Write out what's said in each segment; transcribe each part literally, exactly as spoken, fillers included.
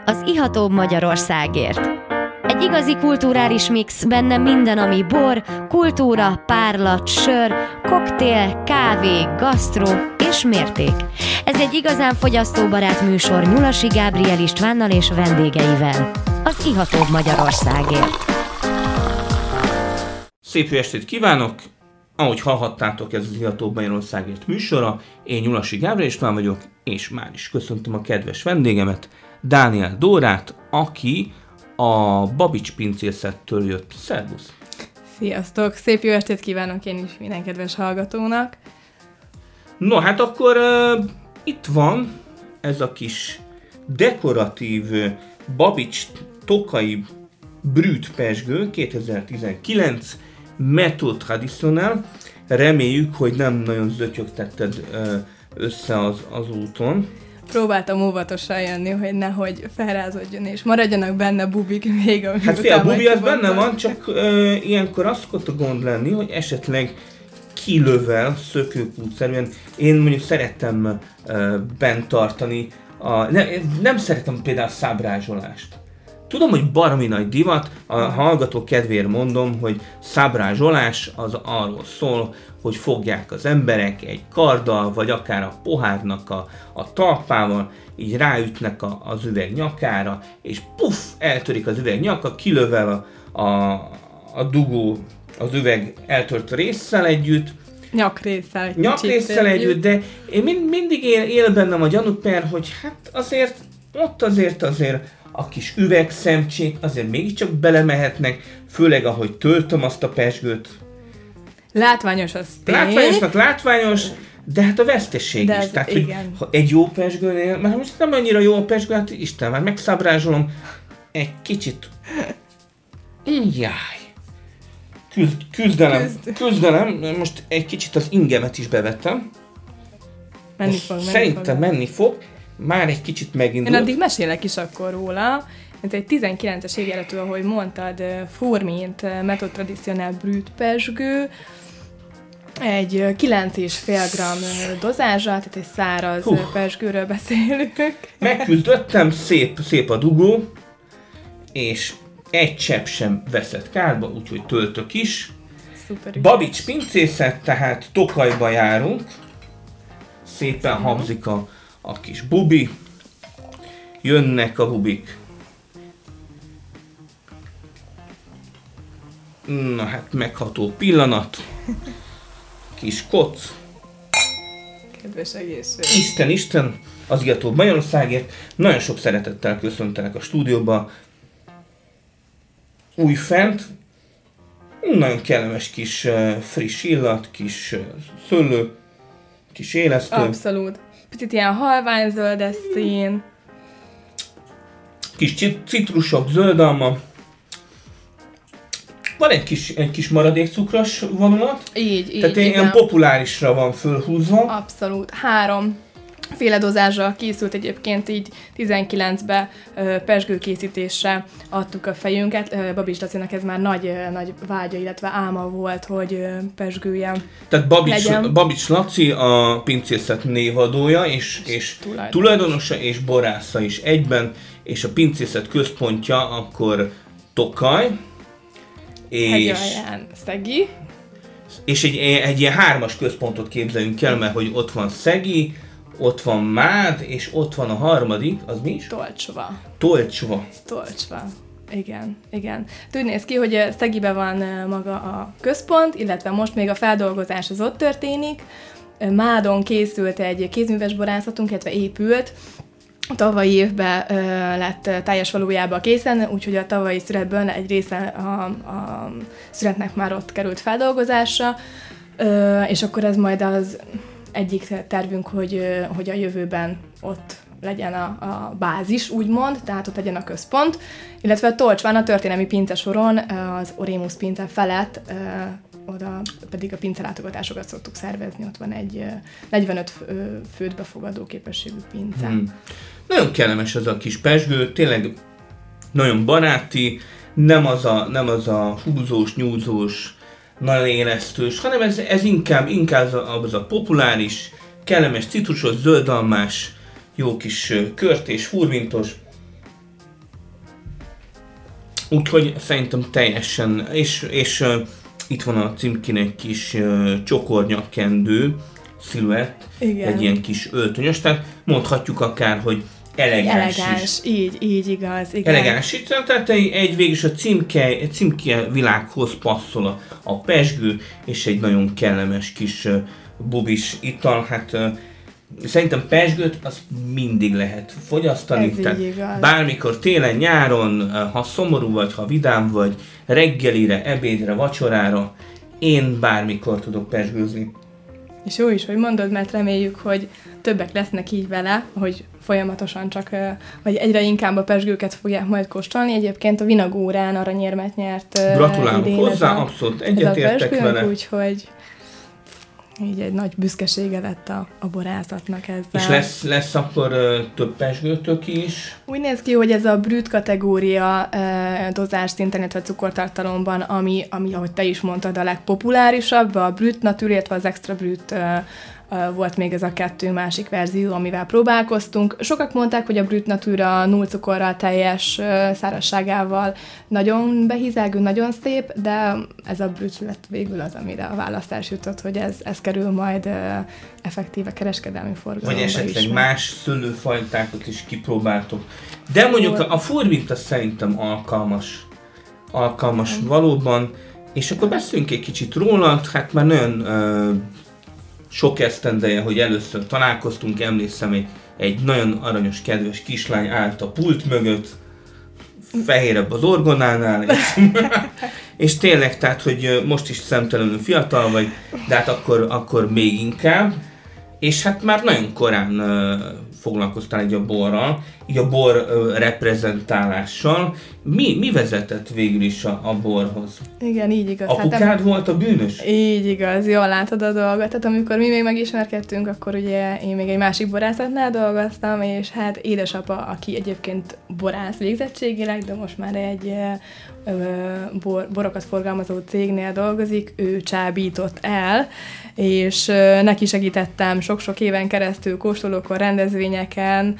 az ihatóbb Magyarországért. Egy igazi kulturális mix, benne minden, ami bor, kultúra, párlat, sör, koktél, kávé, gasztró és mérték. Ez egy igazán fogyasztóbarát műsor Nyulasi Gábriel Istvánnal és vendégeivel. Az ihatóbb Magyarországért. Szép jó estét kívánok! Ahogy hallhattátok, ez az Ihatóbb Magyarországért műsora. Én Nyulasi Gábriel István vagyok, és már is köszöntöm a kedves vendégemet, Dániel Dórát, aki a Babics pincészettől jött. Szervusz! Sziasztok! Szép jó estét kívánok én is minden kedves hallgatónak! No, hát akkor uh, itt van ez a kis dekoratív uh, Babics Tokai Brut pezsgő kétezer-tizenkilenc Méthode Traditionnelle. Reméljük, hogy nem nagyon zötyögtetted uh, össze az, az úton. Próbáltam óvatosan jönni, hogy nehogy felrázódjon, és maradjanak benne bubik még, amit hát fél, a bubi az benne van, csak uh, ilyenkor azt szokott a gond lenni, hogy esetleg kilövel szökőkútszerűen. Én mondjuk szerettem uh, bent tartani, a, ne, nem szeretem például a szábrázsolást. Tudom, hogy baromi nagy divat, a hallgató kedvéért mondom, hogy szábrázsolás az arról szól, hogy fogják az emberek egy karddal, vagy akár a pohárnak a, a talpával, így ráütnek a, az üveg nyakára, és puff, eltörik az üveg nyaka, kilövel a, a, a dugó az üveg eltört résszel együtt. Nyakrésszel együtt. Nyakrésszel együtt, de én mind, mindig él, él bennem a gyanúper, hogy hát azért, ott azért azért a kis üvegszemcsék azért mégiscsak belemehetnek, főleg ahogy töltöm azt a pezsgőt. Látványos az tény. Látványosnak látványos, de hát a veszteség de is. ez, Tehát, igen. hogy ha egy jó pezsgőnél, mert most nem annyira jó a pezsgő, hát Isten, már megszábrázsolom egy kicsit. Jaj. Küzd, küzdelem, Küzd. küzdelem, most egy kicsit az ingemet is bevettem. Menni fog, menni Szerintem fog. menni fog. Már egy kicsit megindult. Én addig mesélek is akkor róla. Ez egy tizenkilences évjáratú, ahogy mondtad, Fourmint Méthode Traditionnelle Brut pezsgő. Egy kilenc egész öt gramm dozázsa, tehát egy száraz Hú. pezsgőről beszélünk. Megküzdöttem, szép, szép a dugó, és egy csepp sem veszett kárba, úgyhogy töltök is. Szuper. Babics pincészet, tehát Tokajba járunk. Szépen Szépen. habzik a, a kis bubi. Jönnek a bubik. Na hát megható pillanat. Kis koc. Kedves egészség. Isten, Isten, az Ihatóbb Magyarországért. Nagyon sok szeretettel köszöntelek a stúdióba. Újfent. Nagyon kellemes kis uh, friss illat, kis uh, szőlő, kis élesztő. Abszolút. Picit ilyen halványzöldes szín. Kis citrusok, zöldalma. Van egy kis, egy kis maradékcukros vonulat. Így, így. Tehát ilyen populárisra van fölhúzva. Abszolút. Három féle dozázsal készült egyébként, így tizenkilencben pezsgőkészítésre adtuk a fejünket. Babics Lacinak ez már nagy, nagy vágya, illetve álma volt, hogy pezsgője Tehát Babics, legyen. Babics Laci a pincészet névadója, és, és tulajdonos. tulajdonosa és borásza is egyben, és a pincészet központja akkor Tokaj. És, Hegyalján Szegi. És egy, egy ilyen hármas központot képzeljünk el, mert hogy ott van Szegi, ott van Mád, és ott van a harmadik, az mi is? Tolcsva. Tolcsva. Tolcsva. Igen, igen. Úgy néz ki, hogy Szegiben van maga a központ, illetve most még a feldolgozás az ott történik. Mádon készült egy kézműves borászatunk, illetve épült. A tavalyi évben ö, lett teljes valójában készen, úgyhogy a tavalyi szüretből egy része a, a szüretnek már ott került feldolgozásra, ö, és akkor ez majd az egyik tervünk, hogy, hogy a jövőben ott legyen a, a bázis, úgymond, tehát ott legyen a központ, illetve a Tolcsván a történelmi pincesoron az Orémus pince felett, oda pedig a pincelátogatásokat szoktuk szervezni, ott van egy negyvenöt főt befogadó képességű pince. Hmm. Nagyon kellemes az a kis pezsgő, tényleg nagyon baráti, nem az a, nem az a húzós, nyúzós, nagyon élesztős, hanem ez, ez inkább, inkább az a populáris, kellemes, citrusos, zöldalmás, jó kis körtés, furmintos. Úgyhogy szerintem teljesen, és, és uh, itt van a címkén egy kis uh, csokornyakkendő sziluett, egy ilyen kis öltönyös, tehát mondhatjuk akár, hogy elegáns, elegáns is. így, így igaz, igen. Elegáns is, tehát egy, egy végülis a címke, címke világhoz passzol a, a pezsgő, és egy nagyon kellemes kis uh, bubis ital, hát uh, szerintem pezsgőt az mindig lehet fogyasztani, ez tehát bármikor télen, nyáron, ha szomorú vagy, ha vidám vagy, reggelire, ebédre, vacsorára, én bármikor tudok pezsgőzni. És jó is, hogy mondod, mert reméljük, hogy többek lesznek így vele, hogy folyamatosan csak, vagy egyre inkább a pezsgőket fogják majd kóstolni. Egyébként a Vinagórán aranyérmet nyert Gratulálok idén hozzá, ez a, abszolút egyetértek vele. Úgyhogy így egy nagy büszkesége lett a, a borászatnak ezzel. És lesz, lesz akkor uh, több pezsgőtök is? Úgy néz ki, hogy ez a brüt kategória uh, dozás szinten, illetve cukortartalomban, ami, ami, ahogy te is mondtad, a legpopulárisabb, a brüt nature, illetve az extra brüt uh, uh, volt még ez a kettő másik verzió, amivel próbálkoztunk. Sokak mondták, hogy a brüt nature null cukorral, teljes uh, szárazságával nagyon behízelgő, nagyon szép, de ez a brüt lett végül az, amire a választás jutott, hogy ez, ez kerül majd uh, effektíve kereskedelmi forgalomba. Vagy esetleg is. más szőlőfajtákat is kipróbáltok. De mondjuk a, a furbit az szerintem alkalmas. Alkalmas mm. valóban. És akkor beszéljünk egy kicsit róla, hát már nagyon uh, sok esztendeje, hogy először találkoztunk, emlékszem, egy, egy nagyon aranyos, kedves kislány állt a pult mögött, fehérebb az orgonánál, és, és tényleg, tehát, hogy most is szemtelenül fiatal vagy, de hát akkor, akkor még inkább, és hát már nagyon korán uh, foglalkoztál így a borral, így a bor uh, reprezentálással. Mi, mi vezetett végül is a, a borhoz? Igen, így igaz. Apukád hát, volt a bűnös? Így igaz, jól látod a dolgot. Tehát amikor mi még megismerkedtünk, akkor ugye én még egy másik borászatnál dolgoztam, és hát édesapa, aki egyébként borász végzettségileg, de most már egy ö, bor, borokat forgalmazó cégnél dolgozik, ő csábított el, és ö, neki segítettem sok-sok éven keresztül kóstolókon, rendezvényeken,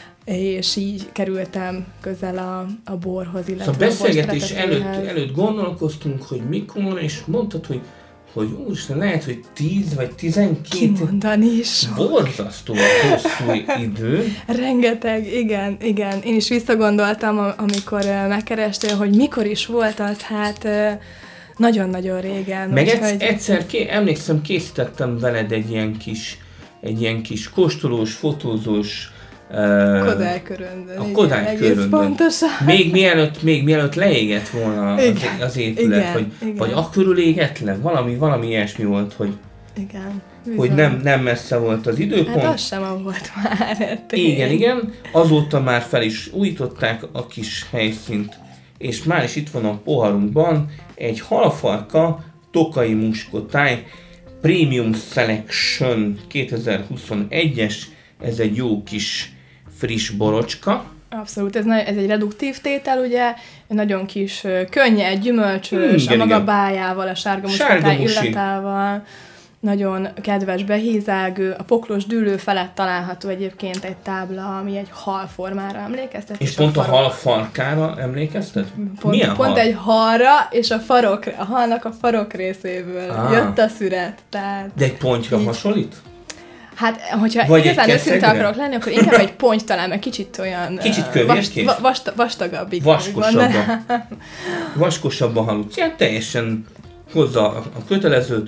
és így kerültem közel a, a borhoz, illetve szóval a beszélgetés előtt, előtt gondolkoztunk, hogy mikor, és mondtad, hogy, hogy úristen, lehet, hogy tíz vagy tizenkét... Kimondani is. Borzasztó hosszú idő. Rengeteg, igen, igen. Én is visszagondoltam, amikor megkerestél, hogy mikor is volt az, hát nagyon-nagyon régen. Meg úgy, egyszer, hogy... egyszer ké, emlékszem, készítettem veled egy ilyen kis, egy ilyen kis kóstolós, fotózós, Kodály köröndön. A Kodály köröndön. Még mielőtt, még mielőtt leégett volna az, az épület, igen, vagy, igen. vagy akkörül égett le, valami, valami ilyesmi volt, hogy, igen, hogy nem, nem messze volt az időpont. Hát az sem volt már. Igen, igen. Azóta már fel is újították a kis helyszínt, és már is itt van a poharunkban egy halfarka Tokai Muskotáj Premium Selection kétezer-huszonegyes, ez egy jó kis friss borocska. Abszolút, ez, ez egy reduktív tétel, ugye, nagyon kis, könnyed, gyümölcsös, a maga bájával, a sárga muskotáj illatával, nagyon kedves, behízelgő, a poklos dűlő felett található egyébként egy tábla, ami egy hal formára emlékeztet. És, és pont a, farok... a hal farkára emlékeztet? Pont, Milyen pont hal? egy halra, és a, farok, a halnak a farok részéből ah. jött a szüret. Tehát de egy pontyra így... hasonlít? Hát, hogyha vagy igazán őszinte akarok lenni, akkor inkább egy ponty talán, mert kicsit olyan... Kicsit kövérkész? Vast, vast, vastagabb. Vaskosabb. Vaskosabb a haluc. Ja, teljesen hozza a kötelezőt.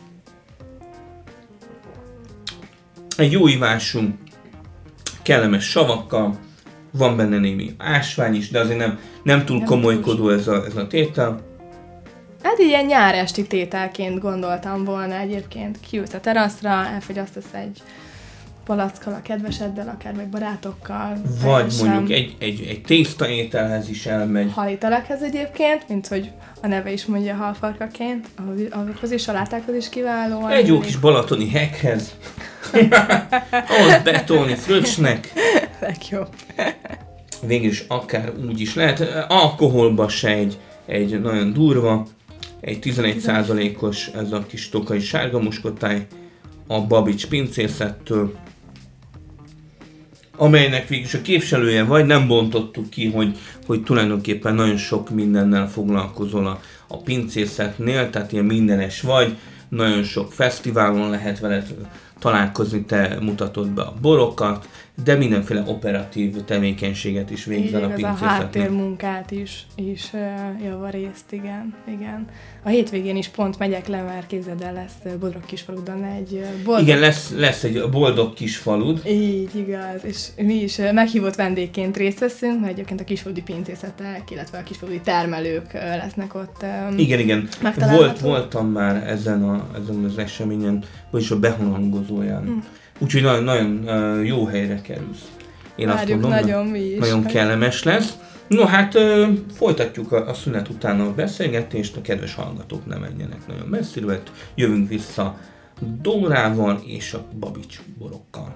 Egy jó ivású, kellemes savakkal, van benne némi ásvány is, de azért nem, nem túl nem komolykodó ez a, ez a tétel. Hát ilyen nyáresti tételként gondoltam volna egyébként. Kiülsz a teraszra, elfogyasztasz egy palackkal a kedveseddel, akár meg barátokkal. Vagy teljesen. Mondjuk egy, egy, egy tészta ételhez is elmegy. Halitelekhez egyébként, mint hogy a neve is mondja halfarkaként, ahhoz is, salátákhoz is kiváló. Egy jó kis balatoni hekkhez. Ahhoz betolni fröccsnek. Legjobb. Végülis akár úgy is lehet. Alkoholba se egy, egy nagyon durva, egy tizenegy százalékos ez a kis tokai sárga muskotáj a Babics pincészettől. amelynek végülis a képviselője vagy, nem bontottuk ki, hogy, hogy tulajdonképpen nagyon sok mindennel foglalkozol a, a pincészetnél, tehát ilyen mindenes vagy, nagyon sok fesztiválon lehet veled találkozni, te mutatod be a borokat, de mindenféle operatív tevékenységet is végzel a pincészetnél. A háttérmunkát is, is uh, javarészt, igen, igen. A hétvégén is pont megyek le, mert képzeld el, lesz Bodrog Kisfaludon egy boldog... Igen, lesz, lesz egy boldog kisfalud. Így, igaz, és mi is meghívott vendégként részt veszünk, mert egyébként a kisfaludi pincészetek, illetve a kisfaludi termelők lesznek ott um, Igen, igen. Volt, voltam már ezen, a, ezen az eseményen, vagyis a behangozóján. Mm. Úgyhogy nagyon, nagyon uh, jó helyre kerülsz. Én Várjuk, azt mondom, nagyon mi is. Nagyon kellemes lesz. No hát uh, folytatjuk a, a szünet után a beszélgetést, a kedves hallgatók ne menjenek nagyon messzire, jövünk vissza Dórával és a Babics borokkal.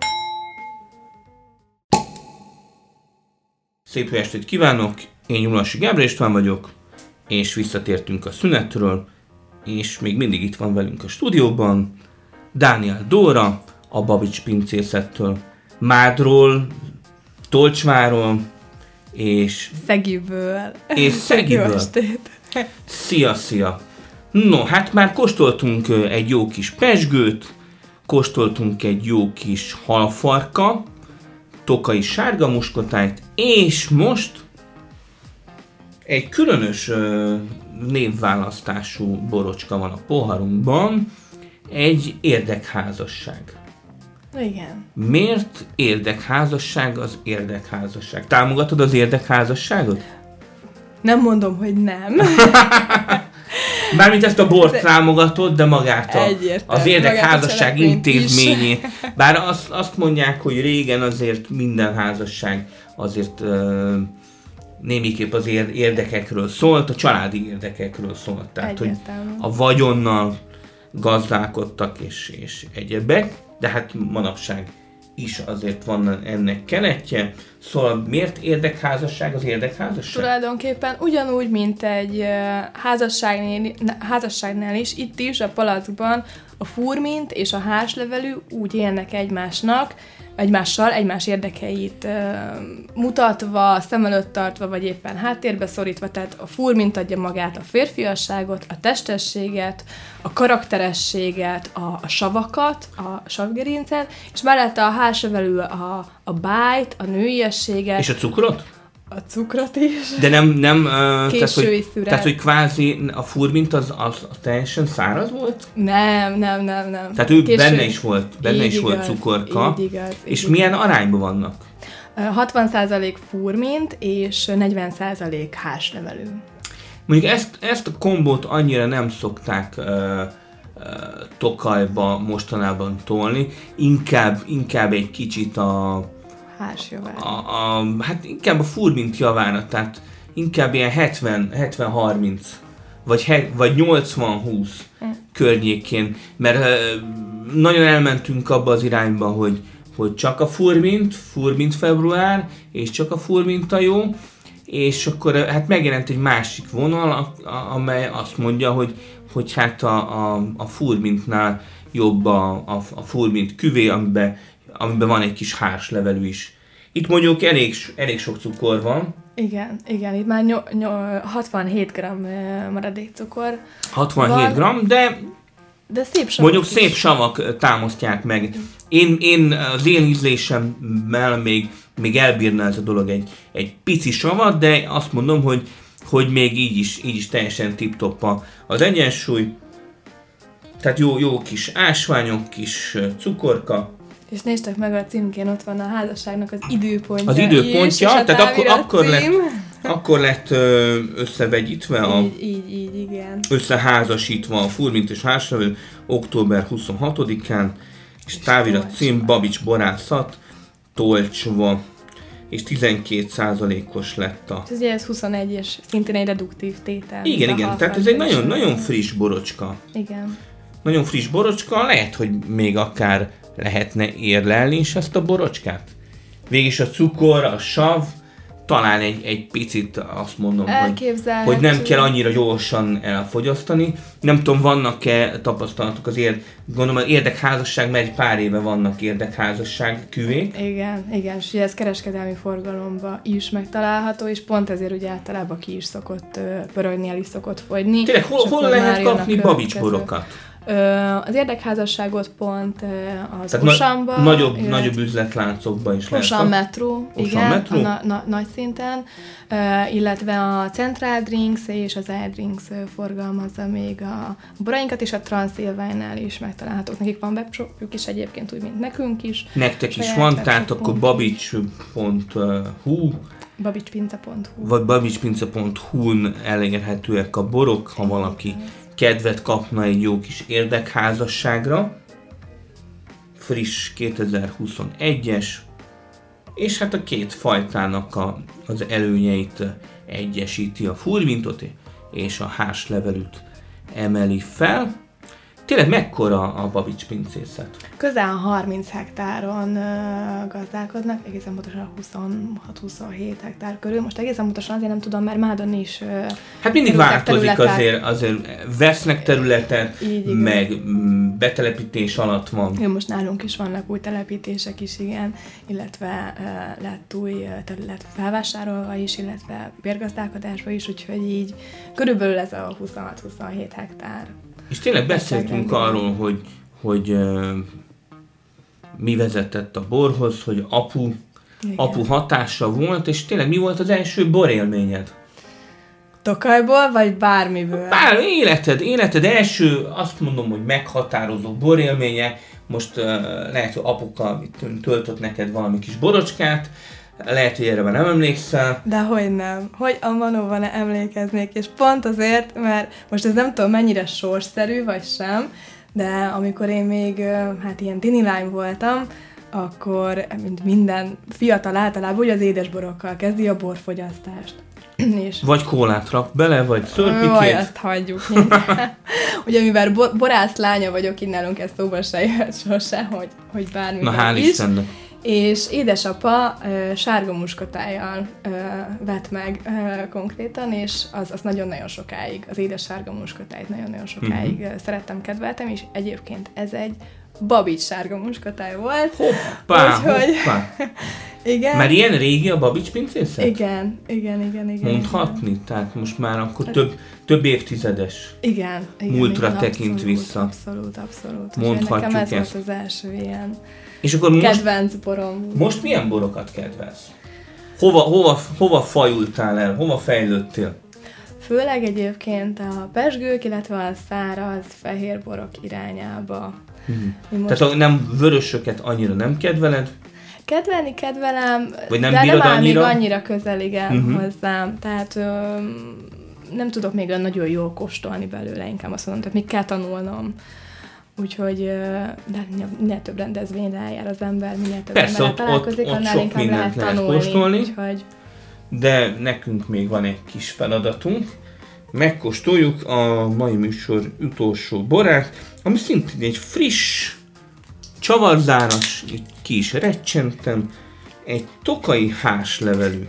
Szép jó estét kívánok, én Julassi Gábor István vagyok, és visszatértünk a szünetről, és még mindig itt van velünk a stúdióban Dániel Dóra, a Babics pincészettől, Mádról, Tolcsmáról, és... Szegiből. És Szegiből. Szia, szia! No, hát már kóstoltunk egy jó kis pezsgőt, kóstoltunk egy jó kis halfarka, tokai sárga muskotájt, és most egy különös névválasztású borocska van a poharunkban, egy érdekházasság. Igen. Miért érdekházasság az érdekházasság? Támogatod az érdekházasságot? Nem mondom, hogy nem. Bármint ezt a bort támogatod, de magát a, az érdekházasság intézményét. Bár azt, azt mondják, hogy régen azért minden házasság azért uh, némiképp az érdekekről szólt, a családi érdekekről szólt. Tehát, hogy a vagyonnal gazdálkodtak és, és egyebek, de hát manapság is azért van ennek keletje. Szóval miért érdekházasság az érdekházasság? Tulajdonképpen ugyanúgy, mint egy házasságnál, házasságnál is, itt is a palackban a furmint és a hárslevelű úgy élnek egymásnak, egymással, egymás érdekeit uh, mutatva, szem előtt tartva, vagy éppen háttérbe szorítva, tehát a furmint adja magát a férfiasságot, a testességet, a karakterességet, a, a savakat, a savgerincet, és mellette a hárslevelű a, a bájt, a nőiességet. És a cukrot? A cukrot is. De nem, nem, uh, tehát, hogy, tehát, hogy kvázi a furmint az, az teljesen száraz volt? Nem, nem, nem, nem. Tehát ő Késő... benne is volt, benne is igaz, volt cukorka. Így igaz, és így milyen igaz. arányban vannak? hatvan százalék furmint és negyven százalék hárslevelű. Mondjuk ezt, ezt a kombót annyira nem szokták uh, uh, Tokajba mostanában tolni, inkább, inkább egy kicsit a A, a, hát inkább a furmint javára, tehát inkább ilyen hetven harminc, vagy, he, vagy nyolcvan húsz mm. környékén, mert uh, nagyon elmentünk abba az irányba, hogy, hogy csak a furmint, furmint február, és csak a furmint a jó, és akkor uh, hát megjelent egy másik vonal, a, a, amely azt mondja, hogy, hogy hát a, a, a furmintnál jobb a, a, a furmint küvé, amiben amiben van egy kis hárslevelű is. Itt mondjuk elég, elég sok cukor van. Igen, igen, itt már ny- ny- hatvanhét gramm maradék cukor. hatvanhét gramm, de, de szép savak mondjuk is. Szép savak támasztják meg. Én, én az én ízlésemmel még, még elbírna ez a dolog egy, egy pici savat, de azt mondom, hogy, hogy még így is, így is teljesen tip-top az egyensúly. Tehát jó, jó kis ásványok, kis cukorka. És néztek meg, a címkén ott van a házasságnak az időpontja. Az időpontja, is, tehát akkor, akkor, lett, akkor lett összevegyítve, a, így, így, így, igen. összeházasítva a furmint és hárslevelű október huszonhatodikán, és, és távirat cím Babics borászat, Tolcsva, és tizenkét százalékos lett a... Ez ugye ez huszonegy, és szintén egy reduktív tétel. Igen, igen, tehát ez egy nagyon, nagyon friss borocska. Igen. Nagyon friss borocska, lehet, hogy még akár lehetne érlelni is ezt a borocskát. Végis a cukor, a sav, talán egy, egy picit azt mondom, hogy, hogy nem kell annyira gyorsan elfogyasztani. Nem tudom, vannak-e tapasztalatok az ér, gondolom az érdekházasság, mert egy pár éve vannak érdekházasság küvék. Igen, igen, és ez kereskedelmi forgalomban is megtalálható, és pont ezért ugye általában ki is szokott pörögni, el is szokott fogyni. Tényleg, hol, hol lehet kapni babicsborokat? Az érdekházasságot pont az Oceanban, na, nagyobb, illet, nagyobb üzletláncokban is lehet. Ocean Metro, igen, Metro? A na, na, nagy szinten, uh, illetve a Central Drinks és az Air Drinks forgalmazza még a borainkat, és a Transilványnál is megtalálhatók. Nekik van webshopjuk is egyébként, úgy, mint nekünk is. Nektek is van, tehát akkor babics pont hu babicspince pont hu vagy babicspince pont hu-n elérhetőek a borok, ha valaki kedvet kapna egy jó kis érdekházasságra. Friss kétezer-huszonegyes, és hát a két fajtának a, az előnyeit egyesíti, a furmintot és a házlevelűt emeli fel. Tényleg mekkora a Babics pincészet? Közel harminc hektáron uh, gazdálkodnak, egészen pontosan huszonhat-huszonhét hektár körül. Most egészen pontosan azért nem tudom, mert Mádon is uh, hát mindig változik azért, azért vesznek területet, meg betelepítés alatt van. Jó, most nálunk is vannak új telepítések is, igen, illetve uh, lett új terület felvásárolva is, illetve bérgazdálkodásba is, úgyhogy így körülbelül ez a huszonhat-huszonhét hektár. És tényleg beszéltünk arról, hogy, hogy uh, mi vezetett a borhoz, hogy apu, apu hatása volt, és tényleg mi volt az első borélményed? Tokajból, vagy bármiből? Bár életed, életed első, azt mondom, hogy meghatározó borélménye. Most uh, lehet, hogy apuka töltött neked valami kis borocskát, lehet, hogy erre már nem emlékszel. De hogy nem. Hogy a manóban ne emlékeznék, és pont azért, mert most ez nem tudom mennyire sorsszerű, vagy sem, de amikor én még hát ilyen tini lány voltam, akkor mint minden fiatal általában úgy az édesborokkal kezdi a borfogyasztást. És vagy kólát rak bele, vagy szörpikét. Vagy azt hagyjuk. Ugye mivel bo- borász lánya vagyok, így nálunk ez szóba se jöhet sose, hogy, hogy bármivel is. Na hál' Istennek. És édesapa uh, sárga muskotájjal uh, vett meg uh, konkrétan, és az, az nagyon-nagyon sokáig, az édes sárga muskotájt nagyon-nagyon sokáig uh-huh. szerettem, kedveltem, és egyébként ez egy Babics sárga muskotáj volt. Hoppá, úgyhogy... hoppá. Igen. Már ilyen régi a Babics pincészet? Igen, igen, igen, igen. Mondhatni? Igen. Tehát most már akkor több, több évtizedes igen, igen, múltra igen, tekint abszolút, vissza. Abszolút, abszolút. Mondhatjuk nekem ez ezt. volt az első ilyen és akkor most, kedvenc borom. Most milyen borokat kedvelsz? Hova, hova, hova fajultál el? Hova fejlődtél? Főleg egyébként a pezsgők, illetve a száraz fehér borok irányába. Hmm. Most... Tehát nem vörösöket annyira nem kedveled? Kedvelni kedvelem, vagy nem de nem áll annyira? még annyira közel, igen, uh-huh. hozzám. Tehát ö, nem tudok még olyan nagyon jól kóstolni belőle, inkább azt mondom, tehát még kell tanulnom. Úgyhogy de minél több rendezvényre eljár az ember, minél több persze, emberre találkozik, annál inkább lehet tanulni. Kóstolni, úgyhogy... de nekünk még van egy kis feladatunk. Megkóstoljuk a mai műsor utolsó borát, ami szintén egy friss, csavarzáras, ki is recsentem, egy tokai házlevelű.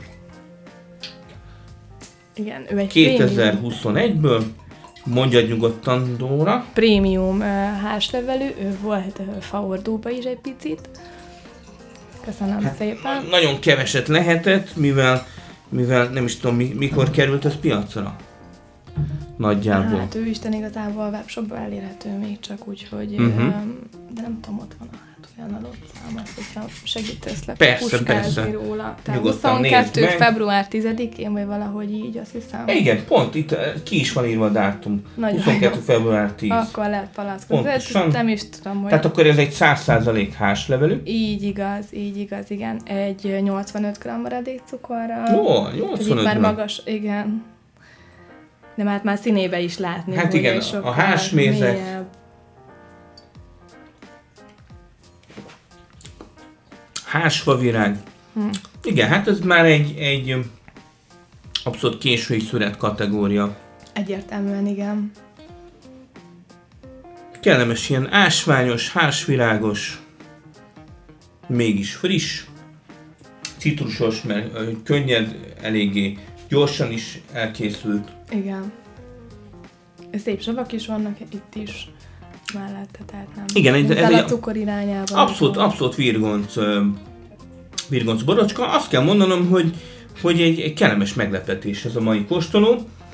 Igen, ő egy kétezer-huszonegyből, mondjad nyugodtan, Dóra. Prémium uh, házlevelű, ő volt uh, faordóba is egy picit. Köszönöm hát, szépen. Nagyon keveset lehetett, mivel, mivel nem is tudom, mikor került ez piacra. Nagyjából. Hát ő Isten igazából a webshopban elérhető még csak úgy, hogy uh-huh. de nem tudom, ott van a hát olyan adott számot, hogyha segítesz le persze, persze. róla. Tehát huszonkettő február tizedikén, vagy valahogy így, azt hiszem. Igen, pont itt ki is van írva a dátum. Nagyon huszonkettő február tíz. Akkor lehet palackozni. Nem is tudom, hogy... Tehát akkor ez egy száz százalék házlevelű. Így igaz, így igaz, igen. Egy nyolcvanöt gramm maradék cukorral. Jó, nyolcvanöt már magas, igen. De hát már színébe is látni. Hát igen, a házsmézek. Házfavirág. Hm. Igen, hát ez már egy, egy abszolút késői szüret kategória. Egyértelműen, igen. Kellemes, ilyen ásványos, házvirágos, mégis friss. citrusos, mert ö, könnyed, eléggé gyorsan is elkészült. Igen. Szép savak is vannak itt is mellette, tehát nem. Igen, ez, ez a cukor irányában. Abszolút, abszolút virgonc, virgonc borocska. Azt kell mondanom, hogy, hogy egy, egy kellemes meglepetés ez a mai kóstoló.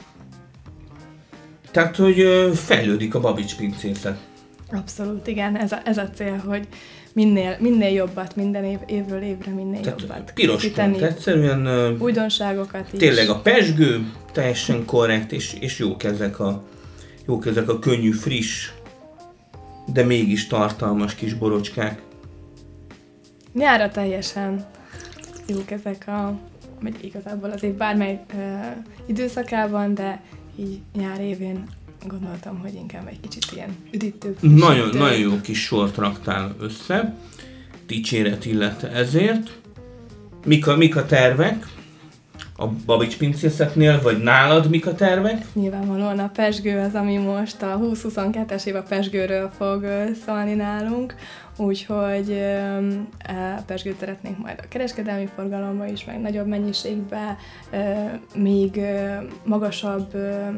Tehát, hogy fejlődik a Babits pincészet. Abszolút, igen, ez a, ez a cél, hogy minél, minél jobbat, minden év, évről évre minél tehát jobbat. piros pont, egyszerűen újdonságokat is. Tényleg a pezsgő, teljesen korrekt, és, és jók ezek a jók ezek a könnyű, friss, de mégis tartalmas kis borocskák. Nyára teljesen jók ezek a, vagy igazából az év bármely uh, időszakában, de így nyár évén gondoltam, hogy inkább egy kicsit ilyen üdítőbb. Nagyon, nagyon jó kis sort raktál össze, dicséret illette ezért. Mik a, mik a tervek? A Babits pincészetnél, vagy nálad mik a tervek? Nyilvánvalóan a pezsgő az, ami most a húsz-huszonkettes év a pezsgőről fog szólni nálunk, úgyhogy a pezsgőt szeretnénk majd a kereskedelmi forgalomba is, meg nagyobb mennyiségbe, még magasabb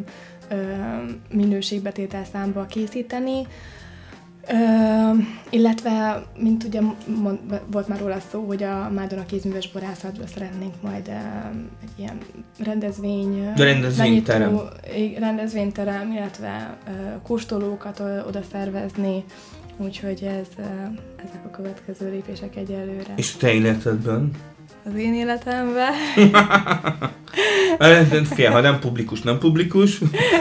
minőségbetételszámba készíteni. Ö, illetve, mint ugye mond, volt már róla szó, hogy a Mádona kézműves borászatban szeretnénk majd uh, egy ilyen rendezvény, rendezvényterem. Menyitó, rendezvényterem, illetve uh, kóstolókat uh, oda szervezni, úgyhogy ez, uh, ezek a következő lépések egyelőre. És te életedben? Az én életemben. Fél, ha nem publikus, nem publikus.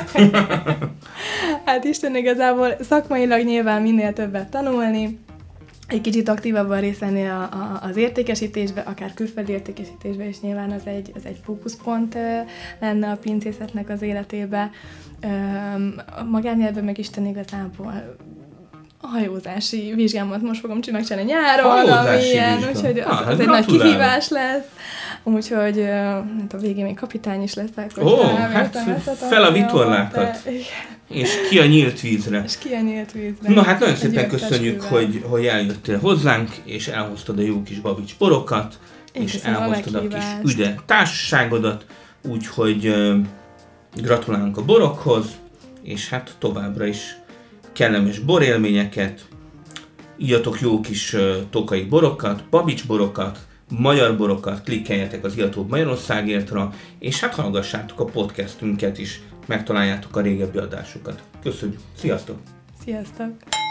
Hát Isten igazából szakmailag nyilván minél többet tanulni, egy kicsit aktívabban részt venni a, a, az értékesítésbe, akár külföldi értékesítésbe is nyilván az egy, az egy fókuszpont lenne a pincészetnek az életébe. A magánélben meg Isten igazából a hajózási vizsgámat most fogom megcsinálni nyáron, ami ilyen, úgyhogy az, az egy nagy kihívás lesz. Úgyhogy a végén még kapitány is leszek. Ó, oh, hát fel a vitorlákat. És ki a nyílt vízre. És ki a nyílt vízre. Na hát nagyon szépen köszönjük, hogy, hogy eljöttél hozzánk, és elhoztad a jó kis Babits borokat, Én és elhoztad a, a kis üde társaságodat, úgyhogy uh, gratulálunk a borokhoz, és hát továbbra is kellemes borélményeket, ígyatok jó kis uh, tokai borokat, Babits borokat, magyar borokat, klikkeljetek az Ijatóbb Magyarországértra, és hát hallgassátok a podcastünket is, megtaláljátok a régebbi adásokat. Köszönjük! Sziasztok! Sziasztok!